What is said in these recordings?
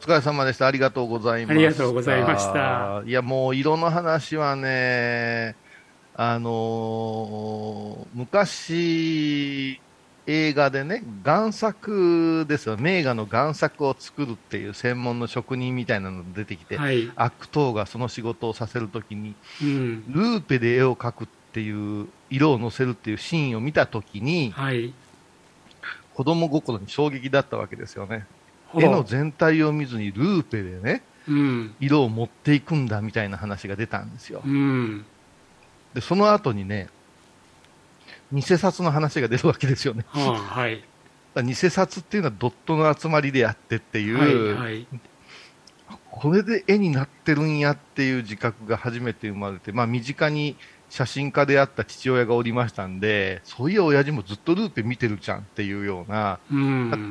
疲れ様でした。ありがとうございました。 ありがとうございました。 いや、もう色の話はね、昔、映画でね、贋作ですよ。名画の贋作を作るっていう専門の職人みたいなのが出てきて、 はい。 悪党がその仕事をさせるときに、 うん。 ルーペで絵を描くっていう、色を乗せるっていうシーンを見たときに、 はい。 子供心に衝撃だったわけですよね。絵のほ全体を見ずにルーペでね、 う。うん。 色を持っていくんだみたいな話が出たんですよ。 うん。 で、その後にね、偽札の話が出るわけですよね。 はあ、はい。 偽札っていうのはドットの集まりであってってはい、 いう、 はい。 これで絵になってるんやっていう自覚が初めて生まれて、まあ身近に写真家であった父親がおりましたんで、そういや親父もずっとルーペ見てるじゃんっていうような、 うん。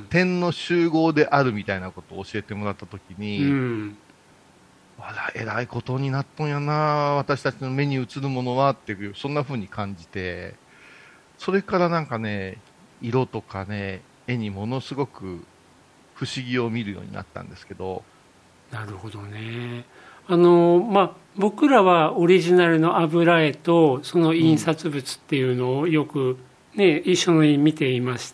点の集合であるみたいなことを教えてもらったときうに、 ん。 あら、えらいことになっとんやな、私たちの目に映るものはっていう、そんな風に感じて、それからなんかね、色とかね、絵にものすごく不思議を見るようになったんですけど、 なるほどね。まあ、僕らはオリジナルの油絵とその印うん、 刷物っていうのをよくね、一緒に見ていまして、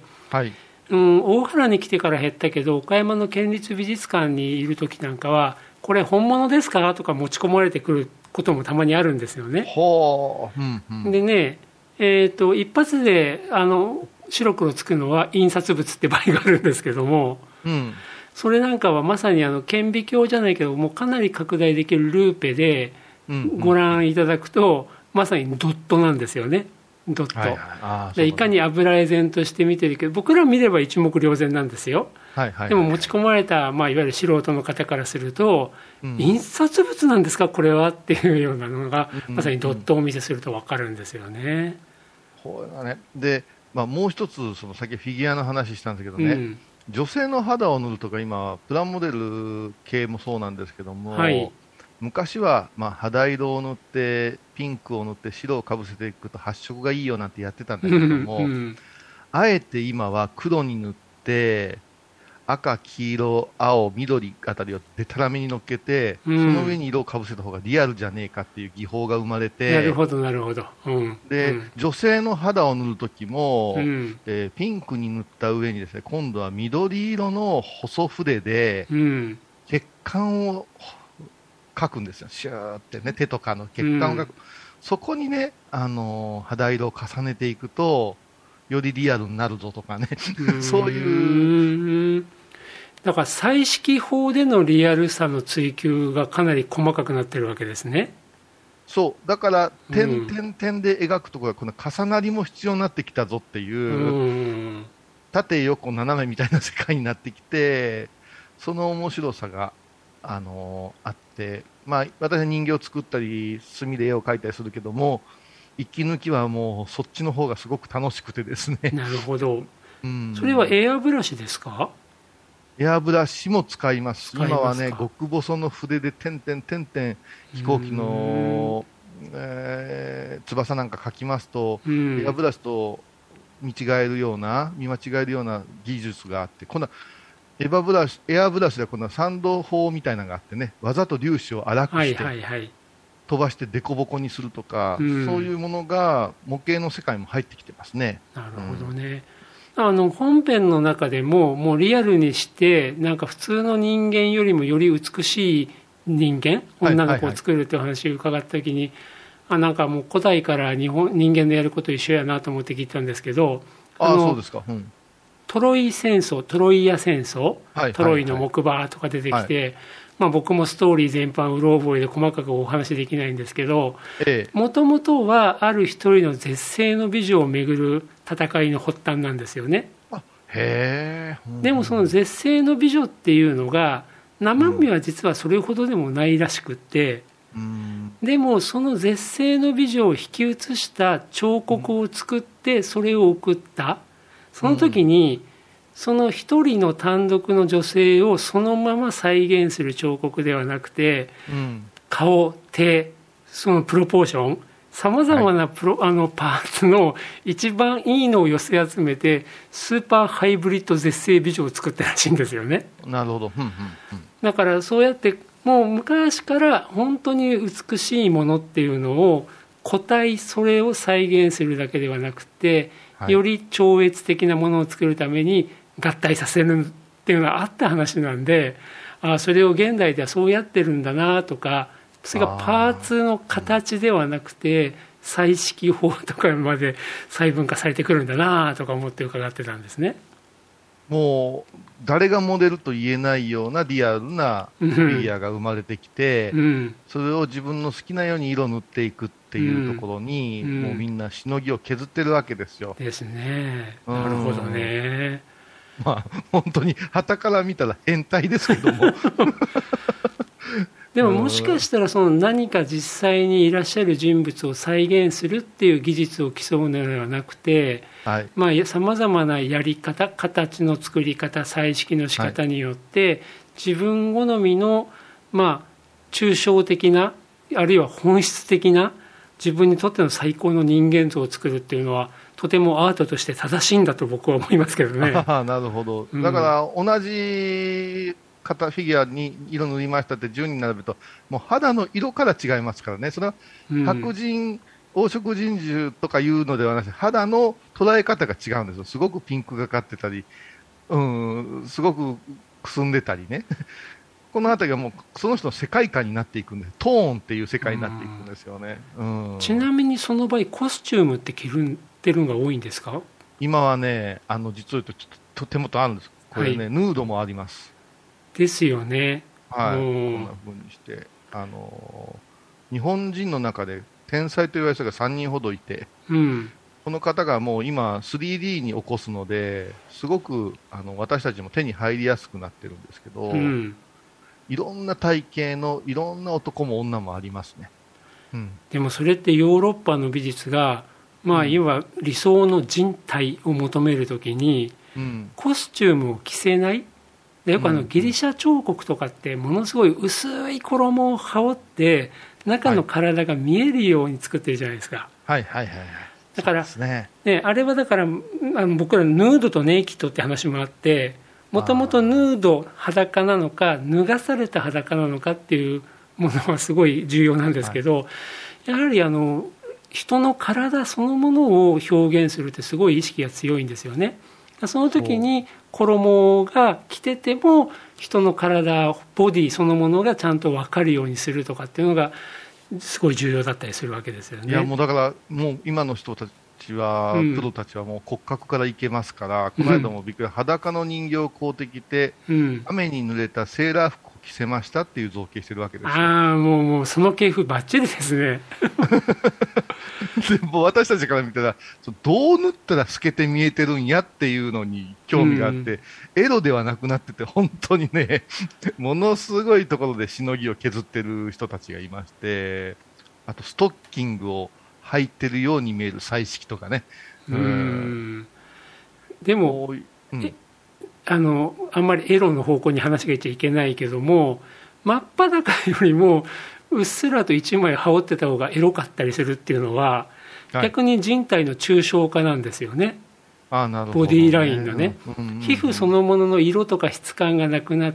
はい、 うん、大原に来てから減ったけど、岡山の県立美術館にいる時なんかは、これ本物ですかとか持ち込まれてくることもたまにあるんですよね。 ほう、うん、うん、 でね、一発で白黒つくのは印刷物って場合があるんですけども、 うん、 それなんかはまさに顕微鏡じゃないけどもうかなり拡大できるルーペでうん、うん、 ご覧いただくとまさにドットなんですよね。ドットはいはい、ああ、そでいかにうです。 油絵然として見てるけど僕ら見れば一目瞭然なんですよ。 はいはいでもはいはい。 持ち込まれた、まあ、いわゆる素人の方からするとうん、 印刷物なんですかこれはっていうようなのがうん、 まさにドッうん。 トをお見せすると分かるんですよね。 これがね、で、まあ、もう一つ、その先フィギュアの話したんですけどね、 うん。 女性の肌を塗るとか、今、プラモデル系もそうなんですけども、 はい。 昔は、まあ、肌色を塗って、ピンクを塗って、白をかぶせていくと発色がいいよなんてやってたんだけれどうんうも、 んあえて今は黒に塗って、赤、黄色、青、緑あたりをでたらめに乗っけて、 うその上ん。 に色をかぶせた方がリアルじゃねえかっていう技法が生まれて、 なるほどなるほど。うんうで、 ん女性の肌を塗るときも、 うん。 ピンクに塗った上にですね、今度は緑色の細筆でうん。 血管を描くんですよ。シューってね、手とかのうん。 血管を描く。そこにね、肌色を重ねていくと、よりリアルになるぞとかね、 うそういう、 ーん。だから彩色法でのリアルさの追求がかなり細かくなってるわけですね。 そう、だから、点うん。 々点で描くところが、この重なりも必要になってきたぞってういう、 ん。 縦横斜めみたいな世界になってきて、その面白さが、あって、まあ、私は人形を作ったり、墨で絵を描いたりするけども、息抜きはもうそっちの方がすごく楽しくてですね。 なるほど。 うそれはん。 エアブラシですか？ エアブラシも使います。 使い今はね、 ますか？ 極細の筆で点々点々 うー飛行機ん。 の、翼なんか描きますと、 うん。 エアブラシと見違えるような、見間違えるような技術があって、今度はエアブラシで今度はサンド法みたいなのがあってね、わざと粒子を粗くはいしてはいはい。 飛ばしてデコボコにするとか、そういうん。 うものが模型の世界も入ってきてますね。 なるほどうん。 ね。本編の中でももうリアルにしてなんか普通の人間よりもより美しい人間女の子をはいはいはい。 作るっていう話を伺った時になんかもう古代から人間のやること一緒やなと思って聞いたんですけどあああ、そうのですか。うん。 トロイ戦争トロイア戦争はいトロイのはいはい。 木馬とか出てきはい。 て、まあ、僕もストーリー全般うろ覚えで細かくお話できないんですけどええ。 もともとはある一人の絶世の美女をめぐる戦いの発端なんですよね。 あ、へえ。うんうでもそのん絶世の美女っていうのがうん。 生うん。 身は実はそれほどでもないらしくってうん。 でもその絶世の美女を引き写した彫刻を作ってそれを送ったその時うん。 にその一人の単独の女性をそのまま再現する彫刻ではなくてうん。 顔手そのプロポーションさまざまなパーツの一番いいのを寄せ集めてスーパーハイブリッド絶世美女を作ったらしいんですよね。 なるほど、 だからそうやってもう昔から本当に美しいものっていうのを個体それを再現するだけではなくて、より超越的なものを作るために合体させるっていうのがあった話なんで、それを現代ではそうやってるんだなとか、それがパーツの形ではなくて彩色法とかまで細分化されてくるんだなとか思って伺ってたんですね。 もう誰がモデルと言えないようなリアルなフィギュアが生まれてきて、それを自分の好きなように色塗っていくっていうところに、もうみんなしのぎを削ってるわけですよ。 ですね。なるほどね。 まあ本当に傍から見たら変態ですけどもでももしかしたらその何か実際にいらっしゃる人物を再現するっていう技術を競うのではなくて、さまざまなやり方、形の作り方、彩色の仕方によって、自分好みの抽象的なあるいは本質的な自分にとっての最高の人間像を作るっていうのはとてもアートとして正しいんだと僕は思いますけどね。 なるほど。だから同じフィギュアに色塗りましたって順に並べると、もう肌の色から違いますからね。それは白人、黄色人種とかいうのではなくて、肌の捉え方が違うんですよ。すごくピンクがかってたり、すごくくすんでたりね。このあたりがもうその人の世界観になっていくんです。トーンっていう世界になっていくんですよね。 ちなみにその場合コスチュームって着るってるのが多いんですか？ 今はね、実を言うとちょっと手元あるんです。これね、ヌードもあります。 ですよね。 はい、こんな風にして、日本人の中で天才と言われる人が3人ほどいて、この方がもう今 3D に起こすので、すごく私たちも手に入りやすくなってるんですけど、いろんな体型のいろんな男も女もありますね。 でもそれってヨーロッパの美術が、いわば理想の人体を求めるときに、コスチュームを着せない。でよくギリシャ彫刻とかってものすごい薄い衣を羽織って中の体が見えるように作ってるじゃないですか。だから、あれはだから僕らヌードとネイキッドって話もあって、もともとヌード裸なのか脱がされた裸なのかっていうものはすごい重要なんですけど、やはり人の体そのものを表現するってすごい意識が強いんですよね。その時に衣が着てても人の体ボディそのものがちゃんと分かるようにするとかっていうのがすごい重要だったりするわけですよね。 いやもうだからもう今の人たちは、プロたちはもう骨格からいけますから、この間もびっくり、裸の人形を買うてきて、雨に濡れたセーラー服を着せましたっていう造形してるわけですよ。 もうその系譜バッチリですね。 でも私たちから見たらどう塗ったら透けて見えてるんやっていうのに興味があって、エロではなくなってて本当にねものすごいところでしのぎを削ってる人たちがいまして、あとストッキングを履いてるように見える彩色とかね。 でも、あんまりエロの方向に話がいっちゃいけないけども、真っ裸よりもうっすらと一枚羽織ってた方がエロかったりするっていうのは、逆に人体の抽象化なんですよね。ボディーラインのね、皮膚そのものの色とか質感がなくなって、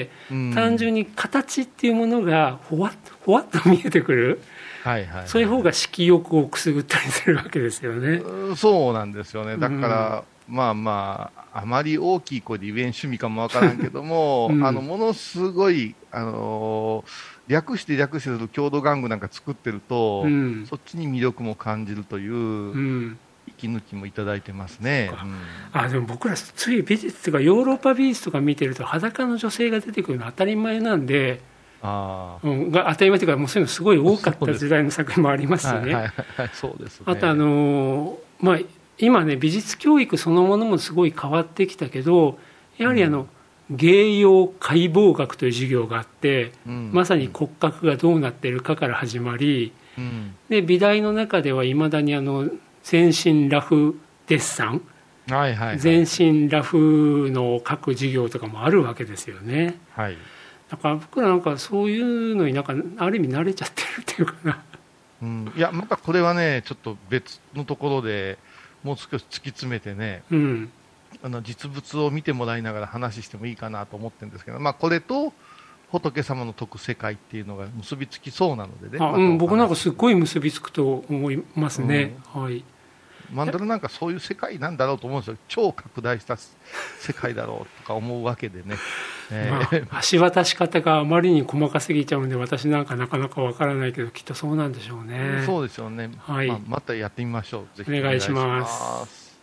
単純に形っていうものがほわっと見えてくる。そういう方が色欲をくすぐったりするわけですよね。 そうなんですよね。だから、あまり大きい声で言えん趣味かもわからんけども、ものすごい略してする郷土玩具なんか作ってると、そっちに魅力も感じるという、息抜きもいただいてますね。 でも僕らつい美術とかヨーロッパ美術とか見てると裸の女性が出てくるのは当たり前なんで、が当たり前というかもうそういうのすごい多かった時代の作品もありますしね。あと今ね美術教育そのものもすごい変わってきたけど、やはり芸用解剖学という授業があって、まさに骨格がどうなっているかから始まり、で美大の中ではいまだに全身ラフデッサン、全身ラフの書く授業とかもあるわけですよね。だから僕らなんかそういうのにある意味慣れちゃってるっていうかな。 うん、いや、またこれはね、ちょっと別のところでもう少し突き詰めてね、 うん、 実物を見てもらいながら話してもいいかなと思ってるんですけど、まあ、これと仏様の説く世界っていうのが結びつきそうなのでね、 うん、僕なんかすっごい結びつくと思いますね、はい。 曼荼羅なんかそういう世界なんだろうと思うんですよ。超拡大した世界だろうとか思うわけでね、 まあ、橋渡し方があまりに細かすぎちゃうんで私なんかなかなかわからないけどきっとそうなんでしょうね。 そうですよね、 はい、 またやってみましょう。ぜひお願いします。